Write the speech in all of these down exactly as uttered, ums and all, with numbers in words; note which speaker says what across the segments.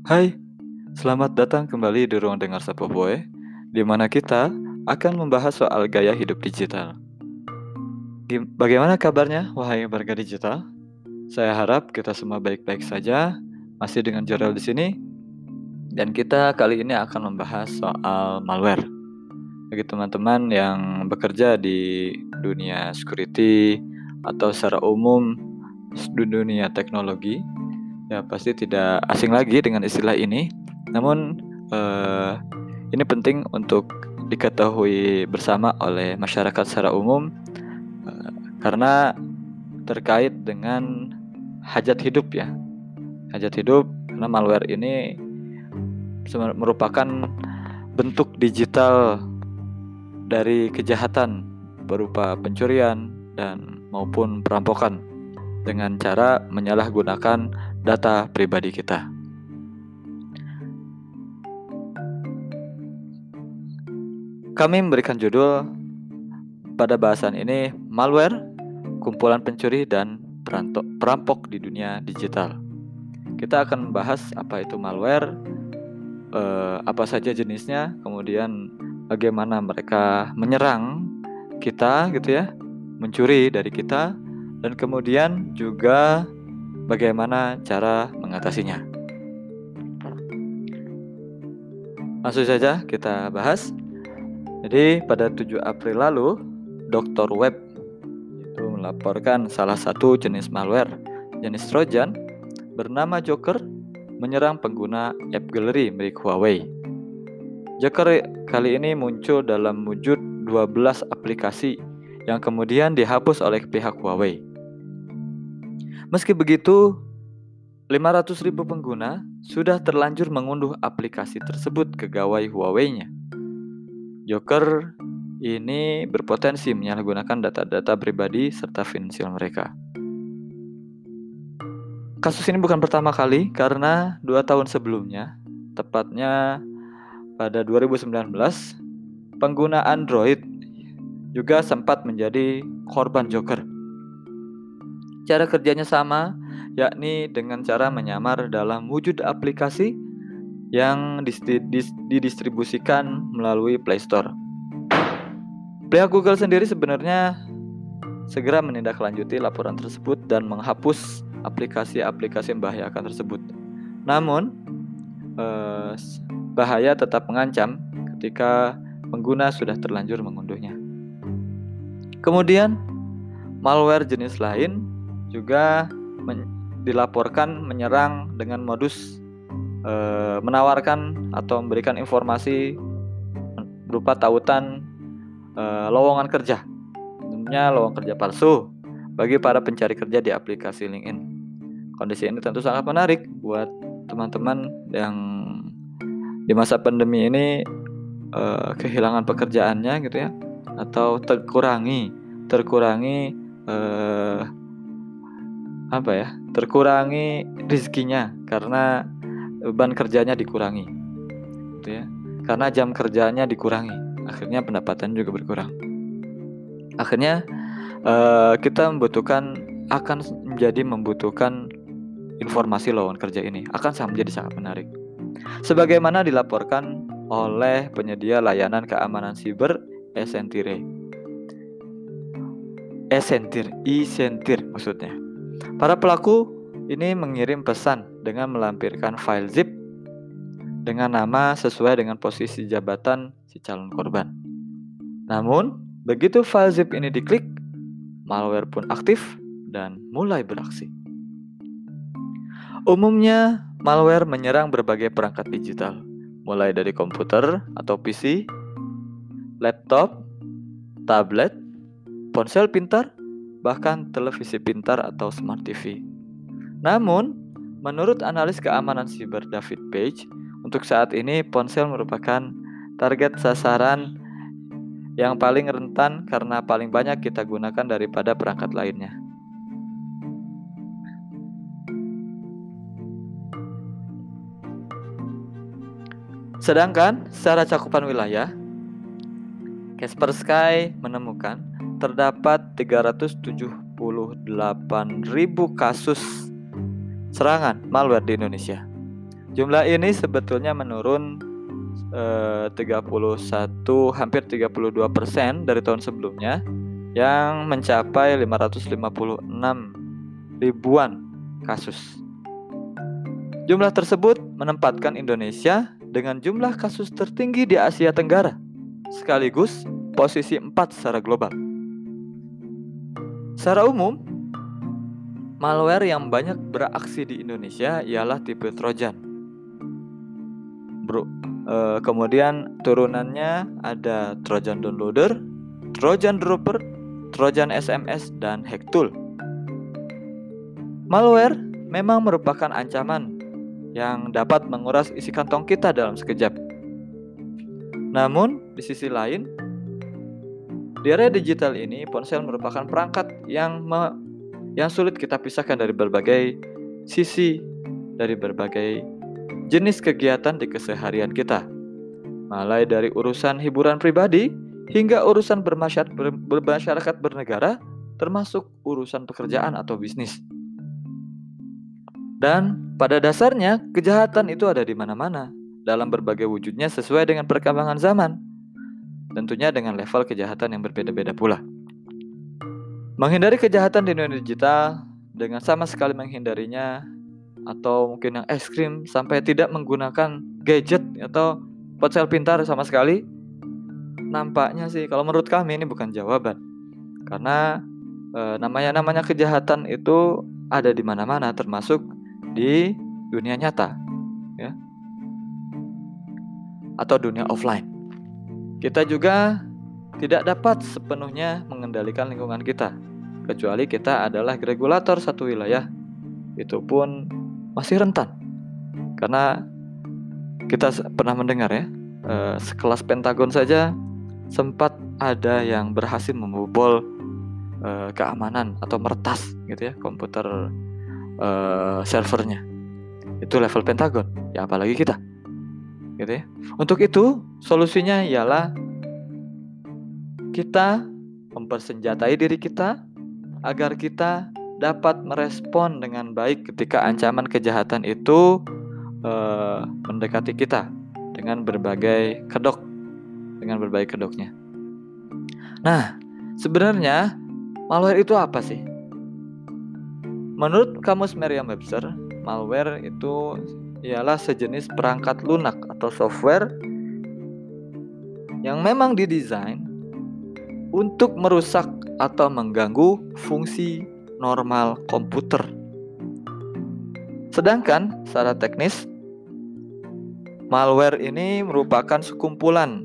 Speaker 1: Hai, selamat datang kembali di Ruang Dengar Sapopoe, di mana kita akan membahas soal gaya hidup digital. Gim- Bagaimana kabarnya, wahai warga digital? Saya harap kita semua baik-baik saja, masih dengan Jorel di sini, dan kita kali ini akan membahas soal malware. Bagi teman-teman yang bekerja di dunia security atau secara umum di dunia teknologi, ya pasti tidak asing lagi dengan istilah ini. Namun eh, ini penting untuk diketahui bersama oleh masyarakat secara umum eh, karena terkait dengan hajat hidup ya. Hajat hidup karena malware ini merupakan bentuk digital dari kejahatan berupa pencurian dan maupun perampokan dengan cara menyalahgunakan data pribadi kita. Kami memberikan judul pada bahasan ini, malware, kumpulan pencuri dan perampok di dunia digital. Kita akan membahas apa itu malware, eh, apa saja jenisnya, kemudian bagaimana mereka menyerang kita gitu ya, mencuri dari kita, dan kemudian juga bagaimana cara mengatasinya. Langsung saja kita bahas. Jadi pada tujuh April lalu, doktor Web itu melaporkan salah satu jenis malware, jenis Trojan, bernama Joker menyerang pengguna app gallery milik Huawei. Joker kali ini muncul dalam wujud dua belas aplikasi yang kemudian dihapus oleh pihak Huawei. Meski begitu, lima ratus ribu pengguna sudah terlanjur mengunduh aplikasi tersebut ke gawai Huawei-nya. Joker ini berpotensi menyalahgunakan data-data pribadi serta finansial mereka. Kasus ini bukan pertama kali karena dua tahun sebelumnya, tepatnya pada dua ribu sembilan belas, pengguna Android juga sempat menjadi korban Joker. Cara kerjanya sama, yakni dengan cara menyamar dalam wujud aplikasi yang didistribusikan melalui Play Store. Pihak Google sendiri sebenarnya segera menindaklanjuti laporan tersebut dan menghapus aplikasi-aplikasi yang membahayakan tersebut. Namun, eh, bahaya tetap mengancam ketika pengguna sudah terlanjur mengunduhnya. Kemudian, malware jenis lain juga men- dilaporkan menyerang dengan modus eh, menawarkan atau memberikan informasi berupa tautan eh, lowongan kerja. Tentunya lowongan kerja palsu bagi para pencari kerja di aplikasi LinkedIn. Kondisi ini tentu sangat menarik buat teman-teman yang di masa pandemi ini uh, kehilangan pekerjaannya gitu ya, atau terkurangi terkurangi uh, apa ya terkurangi rezekinya karena beban kerjanya dikurangi gitu ya, karena jam kerjanya dikurangi, akhirnya pendapatan juga berkurang. Akhirnya uh, kita membutuhkan akan menjadi membutuhkan informasi lowongan kerja ini akan sangat menjadi sangat menarik. Sebagaimana dilaporkan oleh penyedia layanan keamanan siber Esentir. Esentir, Esentir maksudnya. Para pelaku ini mengirim pesan dengan melampirkan file zip dengan nama sesuai dengan posisi jabatan si calon korban. Namun, begitu file zip ini diklik, malware pun aktif dan mulai beraksi. Umumnya, malware menyerang berbagai perangkat digital, mulai dari komputer atau P C, laptop, tablet, ponsel pintar, bahkan televisi pintar atau smart T V. Namun, menurut analis keamanan siber David Page, untuk saat ini ponsel merupakan target sasaran yang paling rentan karena paling banyak kita gunakan daripada perangkat lainnya. Sedangkan secara cakupan wilayah, Kaspersky menemukan terdapat tiga ratus tujuh puluh delapan ribu kasus serangan malware di Indonesia. Jumlah ini sebetulnya menurun eh, tiga puluh satu hampir tiga puluh dua persen dari tahun sebelumnya yang mencapai lima ratus lima puluh enam ribuan kasus. Jumlah tersebut menempatkan Indonesia dengan jumlah kasus tertinggi di Asia Tenggara, sekaligus posisi empat secara global. Secara umum, malware yang banyak beraksi di Indonesia ialah tipe Trojan. Bro, eh, kemudian turunannya ada Trojan Downloader, Trojan Dropper, Trojan S M S, dan hack tool. Malware memang merupakan ancaman yang dapat menguras isi kantong kita dalam sekejap. Namun, di sisi lain, di era digital ini, ponsel merupakan perangkat yang me, yang sulit kita pisahkan dari berbagai sisi, dari berbagai jenis kegiatan di keseharian kita. Mulai dari urusan hiburan pribadi hingga urusan bermasyarakat, ber, bermasyarakat bernegara, termasuk urusan pekerjaan atau bisnis. Dan pada dasarnya, kejahatan itu ada di mana-mana, dalam berbagai wujudnya sesuai dengan perkembangan zaman. Tentunya dengan level kejahatan yang berbeda-beda pula. Menghindari kejahatan di dunia digital dengan sama sekali menghindarinya, atau mungkin yang ekstrim sampai tidak menggunakan gadget atau ponsel pintar sama sekali, nampaknya sih kalau menurut kami ini bukan jawaban. Karena e, namanya namanya kejahatan itu ada di mana-mana, termasuk di dunia nyata, ya, atau dunia offline. Kita juga tidak dapat sepenuhnya mengendalikan lingkungan kita, kecuali kita adalah regulator satu wilayah. Itu pun masih rentan, karena kita pernah mendengar ya, eh, sekelas Pentagon saja sempat ada yang berhasil membobol eh, keamanan atau meretas gitu ya komputer eh, servernya. Itu level Pentagon, ya apalagi kita, gitu ya. Untuk itu solusinya ialah kita mempersenjatai diri kita agar kita dapat merespon dengan baik ketika ancaman kejahatan itu uh, mendekati kita dengan berbagai kedok, dengan berbagai kedoknya. Nah, sebenarnya malware itu apa sih? Menurut Kamus Merriam-Webster, malware itu ialah sejenis perangkat lunak atau software yang memang didesain untuk merusak atau mengganggu fungsi normal komputer. Sedangkan secara teknis, malware ini merupakan sekumpulan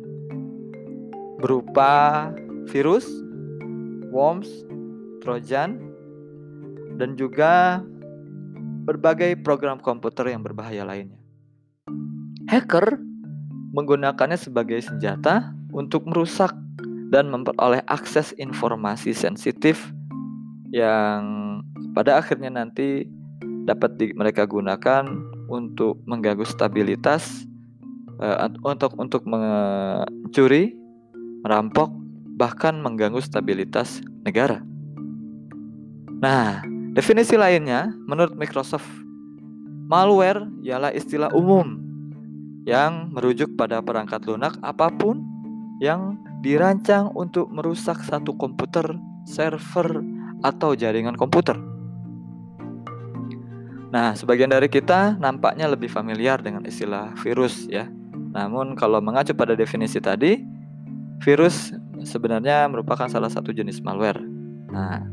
Speaker 1: berupa virus, worms, trojan, dan juga berbagai program komputer yang berbahaya lainnya. Hacker menggunakannya sebagai senjata untuk merusak dan memperoleh akses informasi sensitif yang pada akhirnya nanti dapat di, mereka gunakan untuk mengganggu stabilitas, uh, untuk untuk mencuri, merampok, bahkan mengganggu stabilitas negara. Nah, definisi lainnya menurut Microsoft, malware ialah istilah umum yang merujuk pada perangkat lunak apapun yang dirancang untuk merusak satu komputer, server, atau jaringan komputer. Nah, sebagian dari kita nampaknya lebih familiar dengan istilah virus ya. Namun kalau mengacu pada definisi tadi, virus sebenarnya merupakan salah satu jenis malware. Nah,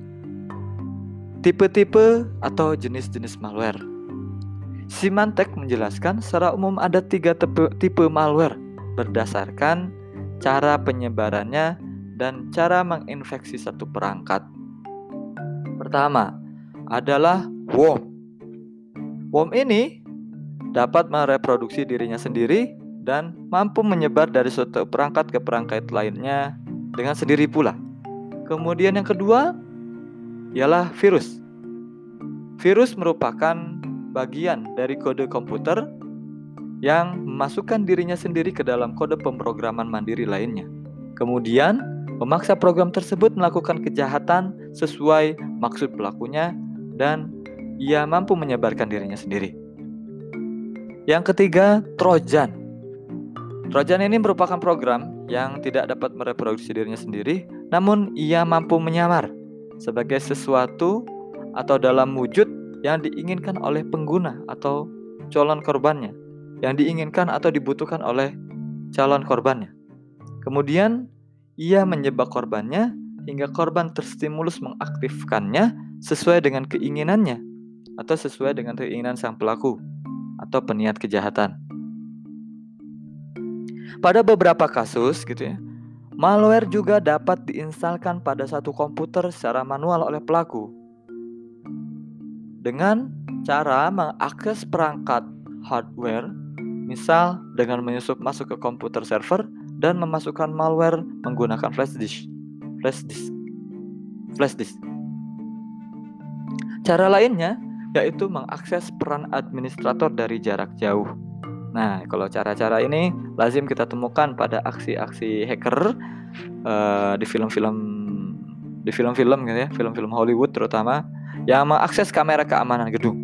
Speaker 1: tipe-tipe atau jenis-jenis malware. Symantec menjelaskan secara umum ada tiga tipe, tipe malware berdasarkan cara penyebarannya dan cara menginfeksi satu perangkat. Pertama adalah worm. Worm ini dapat mereproduksi dirinya sendiri dan mampu menyebar dari suatu perangkat ke perangkat lainnya dengan sendiri pula. Kemudian yang kedua ialah virus. Virus merupakan bagian dari kode komputer yang memasukkan dirinya sendiri ke dalam kode pemrograman mandiri lainnya. Kemudian memaksa program tersebut melakukan kejahatan sesuai maksud pelakunya dan ia mampu menyebarkan dirinya sendiri. Yang ketiga, Trojan. Trojan ini merupakan program yang tidak dapat mereproduksi dirinya sendiri, namun ia mampu menyamar sebagai sesuatu atau dalam wujud yang diinginkan oleh pengguna atau calon korbannya, yang diinginkan atau dibutuhkan oleh calon korbannya. Kemudian ia menjebak korbannya hingga korban terstimulus mengaktifkannya sesuai dengan keinginannya atau sesuai dengan keinginan sang pelaku atau peniat kejahatan. Pada beberapa kasus gitu ya, malware juga dapat diinstalkan pada satu komputer secara manual oleh pelaku dengan cara mengakses perangkat hardware, misal dengan menyusup masuk ke komputer server dan memasukkan malware menggunakan flash disk. Flash disk. Flash disk. Cara lainnya yaitu mengakses peran administrator dari jarak jauh. Nah, kalau cara-cara ini lazim kita temukan pada aksi-aksi hacker uh, di film-film di film-film gitu ya, film-film Hollywood terutama yang mengakses kamera keamanan gedung.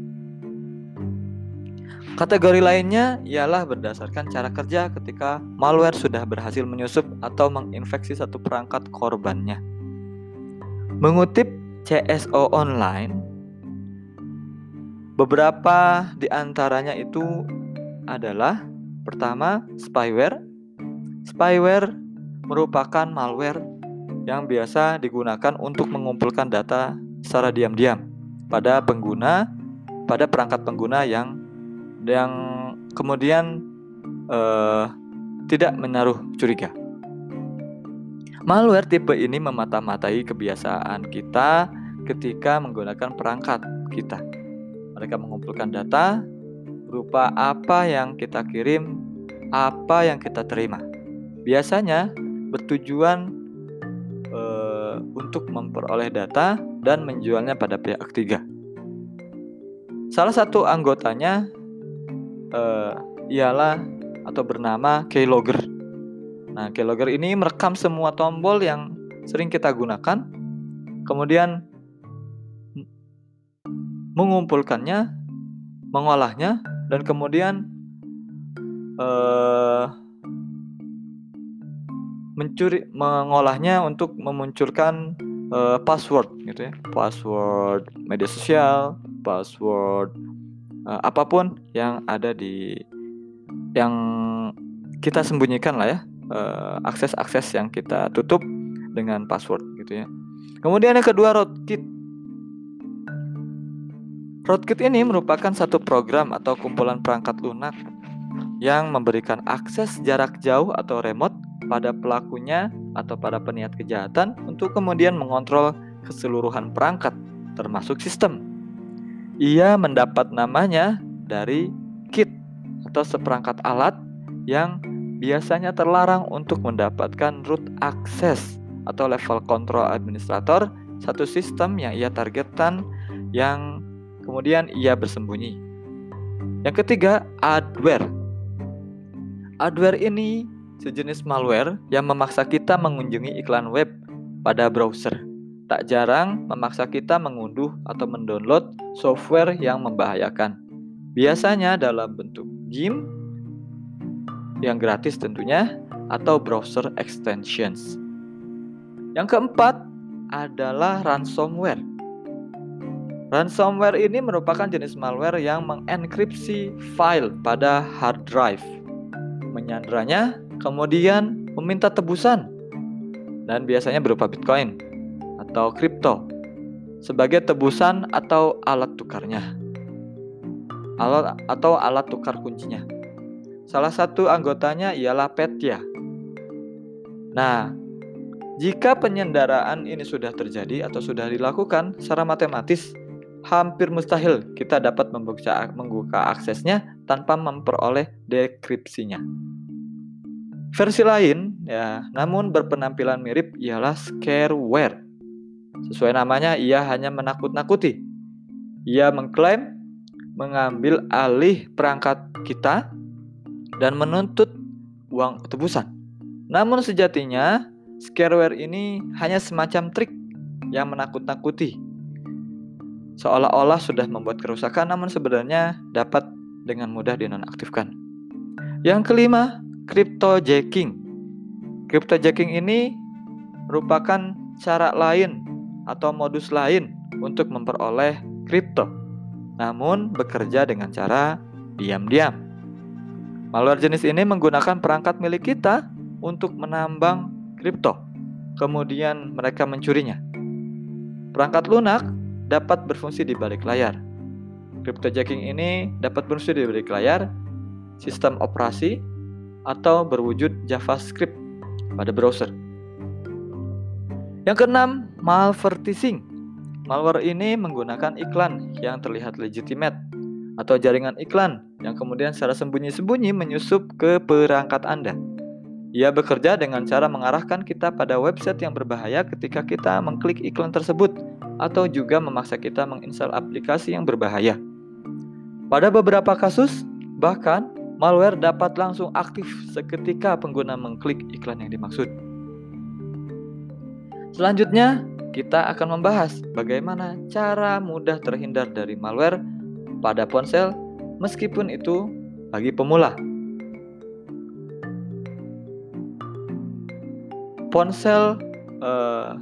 Speaker 1: Kategori lainnya ialah berdasarkan cara kerja ketika malware sudah berhasil menyusup atau menginfeksi satu perangkat korbannya. Mengutip C S O Online, beberapa di antaranya itu adalah pertama, spyware. Spyware merupakan malware yang biasa digunakan untuk mengumpulkan data secara diam-diam pada pengguna, pada perangkat pengguna yang yang kemudian eh, tidak menaruh curiga. Malware tipe ini memata-matai kebiasaan kita ketika menggunakan perangkat kita. Mereka mengumpulkan data berupa apa yang kita kirim, apa yang kita terima. Biasanya bertujuan e, untuk memperoleh data dan menjualnya pada pihak ketiga. Salah satu anggotanya e, ialah atau bernama keylogger. Nah, keylogger ini merekam semua tombol yang sering kita gunakan, kemudian mengumpulkannya, mengolahnya, dan kemudian uh, mencuri, mengolahnya untuk memunculkan uh, password, gitu ya, password media sosial, password uh, apapun yang ada di, yang kita sembunyikan lah ya, uh, akses-akses yang kita tutup dengan password, gitu ya. Kemudian yang kedua, rootkit. Rootkit ini merupakan satu program atau kumpulan perangkat lunak yang memberikan akses jarak jauh atau remote pada pelakunya atau pada peniat kejahatan untuk kemudian mengontrol keseluruhan perangkat, termasuk sistem. Ia mendapat namanya dari kit atau seperangkat alat yang biasanya terlarang untuk mendapatkan root access atau level control administrator satu sistem yang ia targetkan, yang kemudian ia bersembunyi. Yang ketiga, adware. Adware ini sejenis malware yang memaksa kita mengunjungi iklan web pada browser. Tak jarang memaksa kita mengunduh atau mendownload software yang membahayakan. Biasanya dalam bentuk game yang gratis tentunya, atau browser extensions. Yang keempat adalah ransomware. Ransomware ini merupakan jenis malware yang mengenkripsi file pada hard drive, menyandranya, kemudian meminta tebusan, dan biasanya berupa Bitcoin atau kripto sebagai tebusan atau alat tukarnya, alat atau alat tukar kuncinya. Salah satu anggotanya ialah Petya. Nah, jika penyandaraan ini sudah terjadi atau sudah dilakukan secara matematis, hampir mustahil kita dapat membuka, membuka aksesnya tanpa memperoleh dekripsinya. Versi lain, ya, namun berpenampilan mirip ialah scareware. Sesuai namanya, ia hanya menakut-nakuti. Ia mengklaim mengambil alih perangkat kita dan menuntut uang tebusan. Namun sejatinya, scareware ini hanya semacam trik yang menakut-nakuti. Seolah-olah sudah membuat kerusakan, namun sebenarnya dapat dengan mudah dinonaktifkan. Yang kelima, cryptojacking. Cryptojacking ini merupakan cara lain atau modus lain untuk memperoleh kripto, namun bekerja dengan cara diam-diam. Malware jenis ini menggunakan perangkat milik kita untuk menambang kripto, kemudian mereka mencurinya. Perangkat lunak dapat berfungsi di balik layar. Cryptojacking ini dapat berfungsi di balik layar, sistem operasi, atau berwujud JavaScript pada browser. Yang keenam, malvertising. Malware ini menggunakan iklan yang terlihat legitimate atau jaringan iklan yang kemudian secara sembunyi-sembunyi menyusup ke perangkat Anda. Ia bekerja dengan cara mengarahkan kita pada website yang berbahaya ketika kita mengklik iklan tersebut, atau juga memaksa kita menginstal aplikasi yang berbahaya. Pada beberapa kasus, bahkan malware dapat langsung aktif seketika pengguna mengklik iklan yang dimaksud. Selanjutnya, kita akan membahas bagaimana cara mudah terhindar dari malware pada ponsel, meskipun itu bagi pemula. Ponsel eh,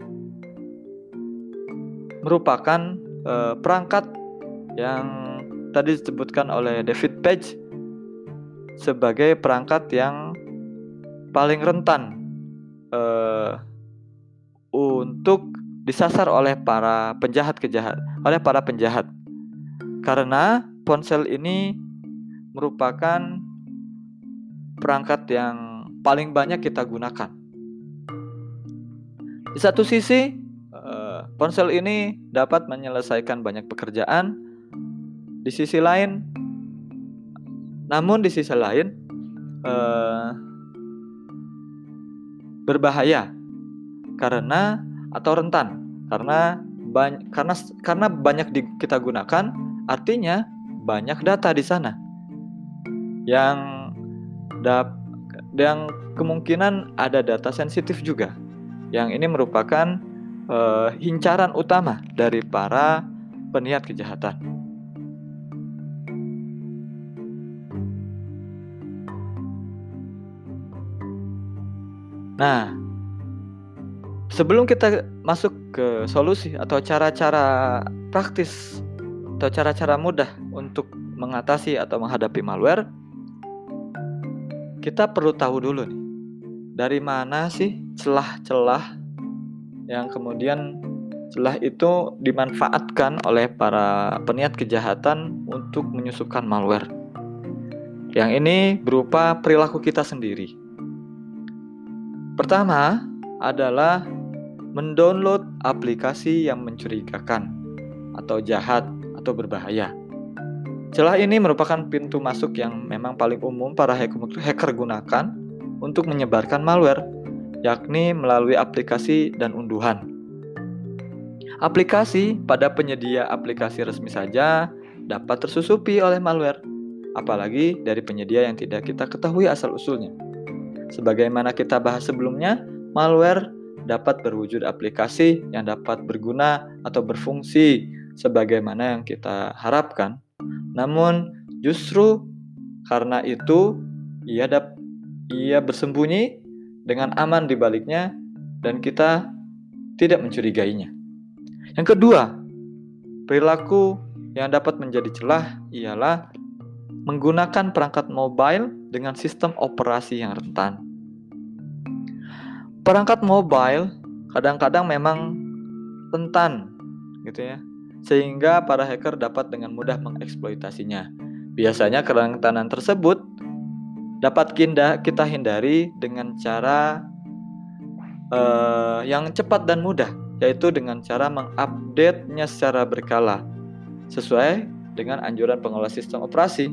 Speaker 1: merupakan eh, perangkat yang tadi disebutkan oleh David Page sebagai perangkat yang paling rentan eh, untuk disasar oleh para penjahat kejahat, oleh para penjahat. Karena ponsel ini merupakan perangkat yang paling banyak kita gunakan. Di satu sisi, ponsel ini dapat menyelesaikan banyak pekerjaan. Di sisi lain, namun di sisi lain eh, berbahaya karena atau rentan karena banyak karena karena banyak di, kita gunakan, artinya banyak data di sana yang dap, yang kemungkinan ada data sensitif juga. Yang ini merupakan uh, incaran utama dari para peniat kejahatan. Nah, sebelum kita masuk ke solusi atau cara-cara praktis atau cara-cara mudah untuk mengatasi atau menghadapi malware, kita perlu tahu dulu nih, dari mana sih celah-celah yang kemudian celah itu dimanfaatkan oleh para peniat kejahatan untuk menyusupkan malware. Yang ini berupa perilaku kita sendiri. Pertama adalah mendownload aplikasi yang mencurigakan atau jahat atau berbahaya. Celah ini merupakan pintu masuk yang memang paling umum para hacker gunakan untuk menyebarkan malware, yakni melalui aplikasi dan unduhan. Aplikasi pada penyedia aplikasi resmi saja dapat tersusupi oleh malware, apalagi dari penyedia yang tidak kita ketahui asal-usulnya. Sebagaimana kita bahas sebelumnya, malware dapat berwujud aplikasi yang dapat berguna atau berfungsi sebagaimana yang kita harapkan. Namun justru karena itu ia dap, ia bersembunyi dengan aman di baliknya dan kita tidak mencurigainya. Yang kedua, perilaku yang dapat menjadi celah ialah menggunakan perangkat mobile dengan sistem operasi yang rentan. Perangkat mobile kadang-kadang memang rentan, gitu ya, sehingga para hacker dapat dengan mudah mengeksploitasinya. Biasanya kerentanan tersebut dapat kita hindari dengan cara uh, yang cepat dan mudah, yaitu dengan cara mengupdate-nya secara berkala sesuai dengan anjuran pengelola sistem operasi.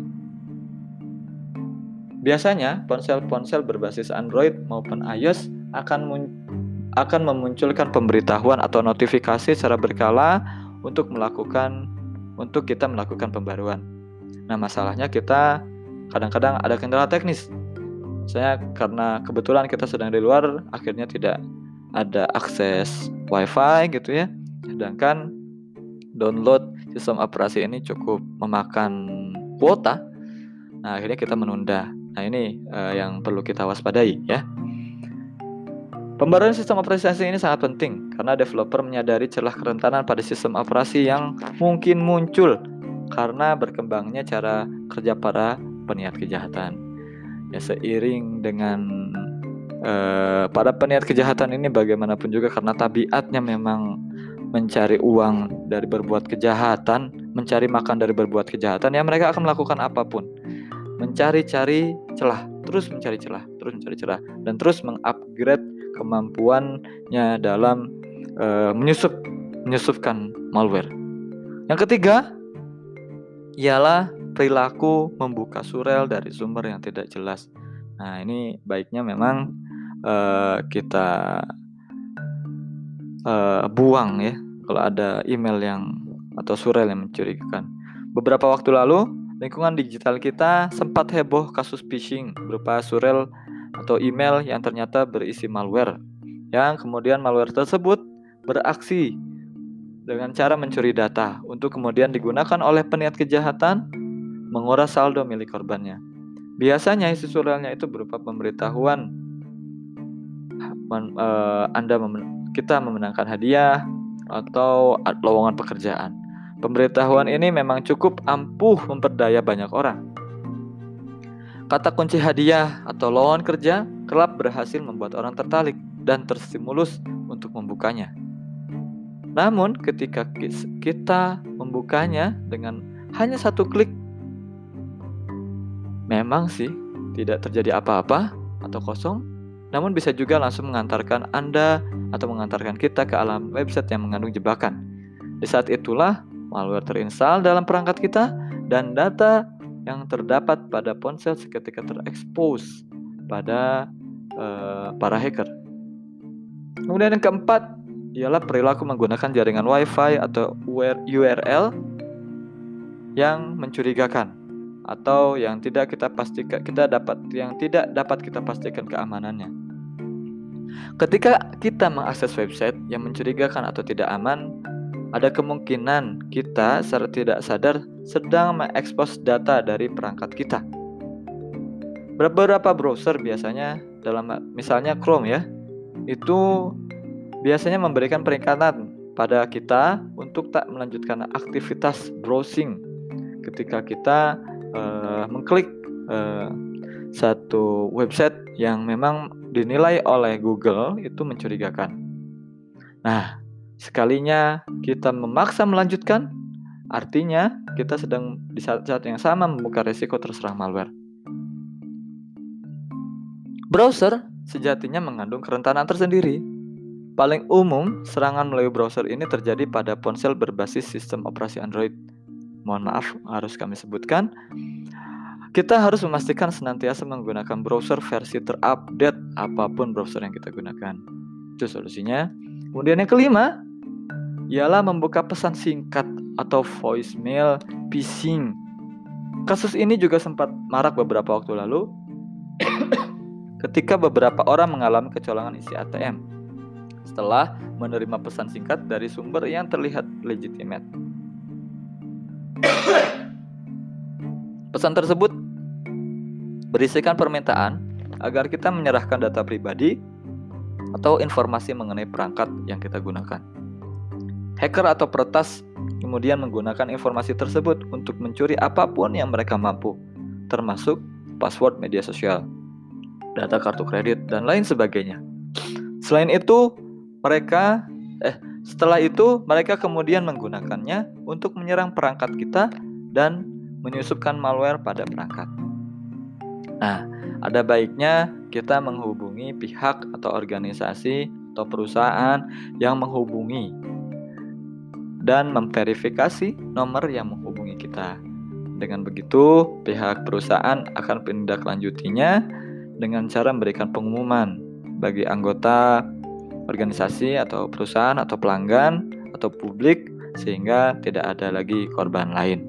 Speaker 1: Biasanya ponsel-ponsel berbasis Android maupun iOS akan mun- akan memunculkan pemberitahuan atau notifikasi secara berkala untuk melakukan untuk kita melakukan pembaruan. Nah, masalahnya kita kadang-kadang ada kendala teknis. Misalnya karena kebetulan kita sedang di luar, akhirnya tidak ada akses WiFi gitu ya. Sedangkan download sistem operasi ini cukup memakan kuota. Nah, akhirnya kita menunda. Nah, ini uh, yang perlu kita waspadai ya. Pembaruan sistem operasi ini sangat penting karena developer menyadari celah kerentanan pada sistem operasi yang mungkin muncul karena berkembangnya cara kerja para peniat kejahatan. Ya, seiring dengan uh, para peniat kejahatan ini bagaimanapun juga karena tabiatnya memang mencari uang dari berbuat kejahatan, mencari makan dari berbuat kejahatan, ya mereka akan melakukan apapun, mencari-cari celah, terus mencari celah, terus mencari celah, dan terus mengupgrade kemampuannya dalam uh, menyusup, menyusupkan malware. Yang ketiga ialah perilaku membuka surel dari sumber yang tidak jelas. Nah, ini baiknya memang uh, kita uh, buang ya kalau ada email yang atau surel yang mencurigakan. Beberapa waktu lalu, lingkungan digital kita sempat heboh kasus phishing berupa surel atau email yang ternyata berisi malware, yang kemudian malware tersebut beraksi dengan cara mencuri data untuk kemudian digunakan oleh peniat kejahatan menguras saldo milik korbannya. Biasanya isi surelnya itu berupa pemberitahuan men, uh, Anda memen- kita memenangkan hadiah atau lowongan pekerjaan. Pemberitahuan ini memang cukup ampuh memperdaya banyak orang. Kata kunci hadiah atau lowongan kerja kerap berhasil membuat orang tertarik dan terstimulus untuk membukanya. Namun ketika kita membukanya dengan hanya satu klik, memang sih tidak terjadi apa-apa atau kosong, namun bisa juga langsung mengantarkan Anda atau mengantarkan kita ke alam website yang mengandung jebakan. Di saat itulah malware terinstall dalam perangkat kita dan data yang terdapat pada ponsel seketika terekspos pada uh, para hacker. Kemudian yang keempat ialah perilaku menggunakan jaringan Wi-Fi atau U R L yang mencurigakan atau yang tidak kita pastikan kita dapat yang tidak dapat kita pastikan keamanannya. Ketika kita mengakses website yang mencurigakan atau tidak aman, ada kemungkinan kita secara tidak sadar sedang mengekspos data dari perangkat kita. Beberapa browser biasanya dalam misalnya Chrome ya, itu biasanya memberikan peringatan pada kita untuk tak melanjutkan aktivitas browsing ketika kita uh, mengklik uh, satu website yang memang dinilai oleh Google itu mencurigakan. Nah, sekalinya kita memaksa melanjutkan, artinya kita sedang di saat-saat yang sama membuka risiko terserang malware. Browser sejatinya mengandung kerentanan tersendiri. Paling umum, serangan melalui browser ini terjadi pada ponsel berbasis sistem operasi Android. Mohon maaf, harus kami sebutkan. Kita harus memastikan senantiasa menggunakan browser versi terupdate apapun browser yang kita gunakan. Itu solusinya. Kemudian yang kelima ialah membuka pesan singkat atau voicemail phishing. Kasus ini juga sempat marak beberapa waktu lalu ketika beberapa orang mengalami kecolongan isi A T M setelah menerima pesan singkat dari sumber yang terlihat legitimate. Pesan tersebut berisikan permintaan agar kita menyerahkan data pribadi atau informasi mengenai perangkat yang kita gunakan. Hacker atau peretas kemudian menggunakan informasi tersebut untuk mencuri apapun yang mereka mampu, termasuk password media sosial, data kartu kredit, dan lain sebagainya. Selain itu, mereka eh setelah itu mereka kemudian menggunakannya untuk menyerang perangkat kita dan menyusupkan malware pada perangkat. Nah, ada baiknya kita menghubungi pihak atau organisasi atau perusahaan yang menghubungi dan memverifikasi nomor yang menghubungi kita. Dengan begitu, pihak perusahaan akan menindaklanjutinya dengan cara memberikan pengumuman bagi anggota organisasi atau perusahaan atau pelanggan atau publik sehingga tidak ada lagi korban lain.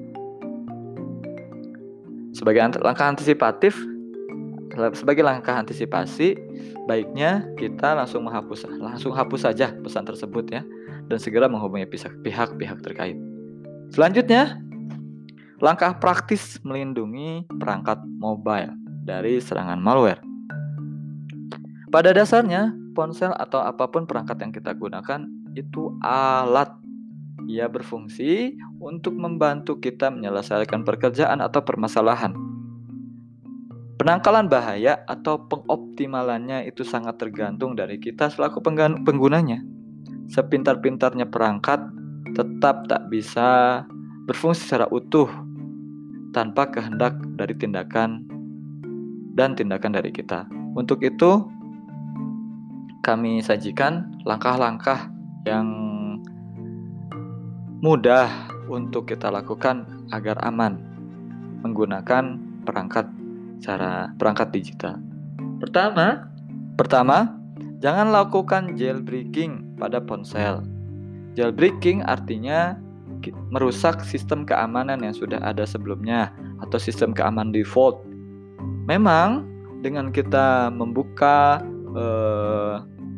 Speaker 1: Sebagai langkah antisipatif, sebagai langkah antisipasi, baiknya kita langsung menghapus langsung hapus saja pesan tersebut ya, dan segera menghubungi pihak-pihak terkait. Selanjutnya, langkah praktis melindungi perangkat mobile dari serangan malware. Pada dasarnya, ponsel atau apapun perangkat yang kita gunakan itu alat. Ia berfungsi untuk membantu kita menyelesaikan pekerjaan atau permasalahan. Penangkalan bahaya atau pengoptimalannya itu sangat tergantung dari kita selaku penggunanya. Sepintar-pintarnya perangkat tetap tak bisa berfungsi secara utuh tanpa kehendak dari tindakan dan tindakan dari kita. Untuk itu, kami sajikan langkah-langkah yang mudah untuk kita lakukan agar aman menggunakan perangkat cara perangkat digital. Pertama, pertama, jangan lakukan jailbreaking pada ponsel. Jailbreaking artinya merusak sistem keamanan yang sudah ada sebelumnya atau sistem keamanan default. Memang dengan kita membuka eh,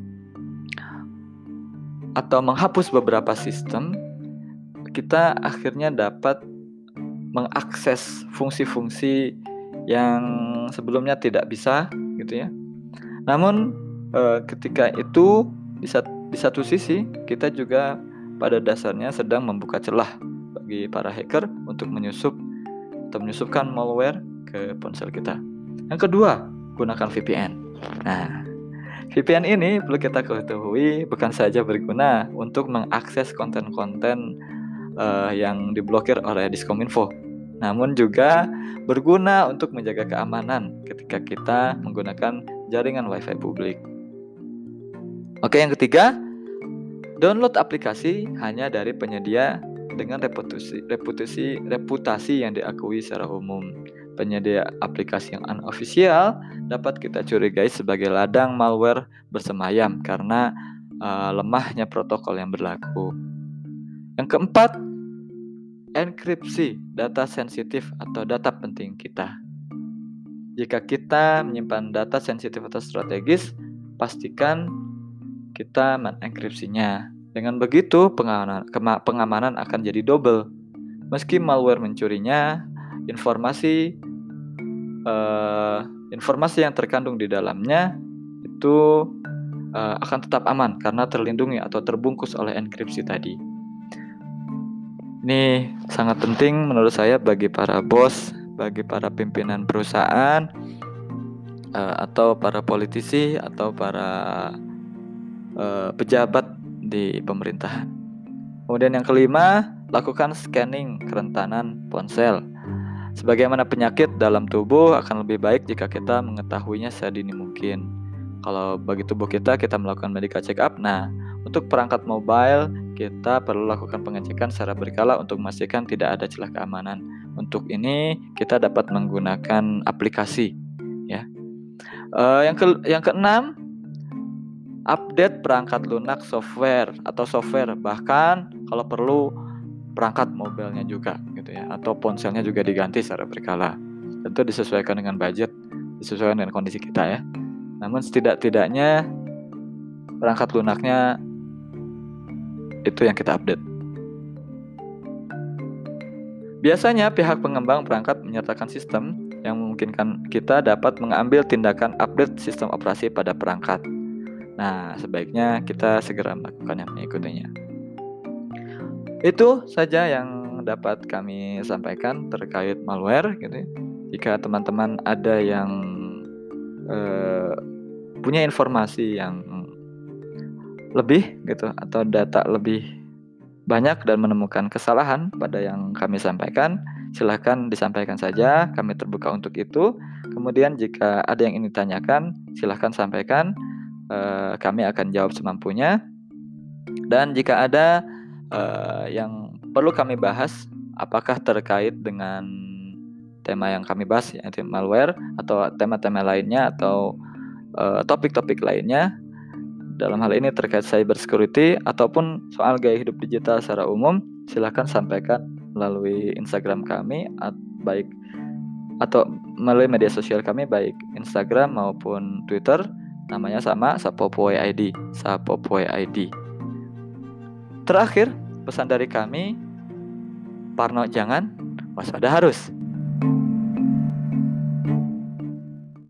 Speaker 1: atau menghapus beberapa sistem, kita akhirnya dapat mengakses fungsi-fungsi yang sebelumnya tidak bisa, gitu ya. Namun eh, ketika itu di, sat, di satu sisi kita juga pada dasarnya sedang membuka celah bagi para hacker untuk menyusup atau menyusupkan malware ke ponsel kita. Yang kedua, gunakan V P N. Nah, V P N ini perlu kita ketahui bukan saja berguna untuk mengakses konten-konten uh, yang diblokir oleh Diskominfo, namun juga berguna untuk menjaga keamanan ketika kita menggunakan jaringan Wi-Fi publik. Oke, yang ketiga, download aplikasi hanya dari penyedia dengan reputasi reputasi reputasi yang diakui secara umum. Penyedia aplikasi yang unofficial dapat kita curigai sebagai ladang malware bersemayam karena uh, lemahnya protokol yang berlaku. Yang keempat, enkripsi data sensitif atau data penting kita. Jika kita menyimpan data sensitif atau strategis, pastikan kita mengenkripsinya. Dengan begitu, pengamanan, pengamanan akan jadi double. Meski malware mencurinya, informasi uh, informasi yang terkandung di dalamnya itu uh, akan tetap aman karena terlindungi atau terbungkus oleh enkripsi tadi. Ini sangat penting menurut saya bagi para bos, bagi para pimpinan perusahaan, uh, atau para politisi atau para uh, pejabat di pemerintahan. Kemudian yang kelima, lakukan scanning kerentanan ponsel. Sebagaimana penyakit dalam tubuh akan lebih baik jika kita mengetahuinya sedini mungkin. Kalau bagi tubuh kita, kita melakukan medical check up. Nah, untuk perangkat mobile, kita perlu lakukan pengecekan secara berkala untuk memastikan tidak ada celah keamanan. Untuk ini, kita dapat menggunakan aplikasi. Ya, uh, yang ke yang keenam, update perangkat lunak software atau software, bahkan kalau perlu perangkat mobilnya juga gitu ya, atau ponselnya juga diganti secara berkala. Tentu disesuaikan dengan budget, disesuaikan dengan kondisi kita ya. Namun setidak-tidaknya perangkat lunaknya itu yang kita update. Biasanya pihak pengembang perangkat menyertakan sistem yang memungkinkan kita dapat mengambil tindakan update sistem operasi pada perangkat. Nah, sebaiknya kita segera melakukan yang mengikutinya. Itu saja yang dapat kami sampaikan terkait malware gitu ya. Jika teman-teman ada yang eh, punya informasi yang lebih gitu atau data lebih banyak dan menemukan kesalahan pada yang kami sampaikan, silahkan disampaikan saja, kami terbuka untuk itu. Kemudian jika ada yang ingin ditanyakan, silahkan sampaikan, eh, kami akan jawab semampunya. Dan jika ada Uh, yang perlu kami bahas, apakah terkait dengan tema yang kami bahas, yaitu malware atau tema-tema lainnya atau uh, topik-topik lainnya, dalam hal ini terkait cyber security ataupun soal gaya hidup digital secara umum, silakan sampaikan melalui Instagram kami at, baik atau melalui media sosial kami baik Instagram maupun Twitter, namanya sama Sapopoe I D, Sapopoe I D. Terakhir, pesan dari kami, parno jangan, waspada harus.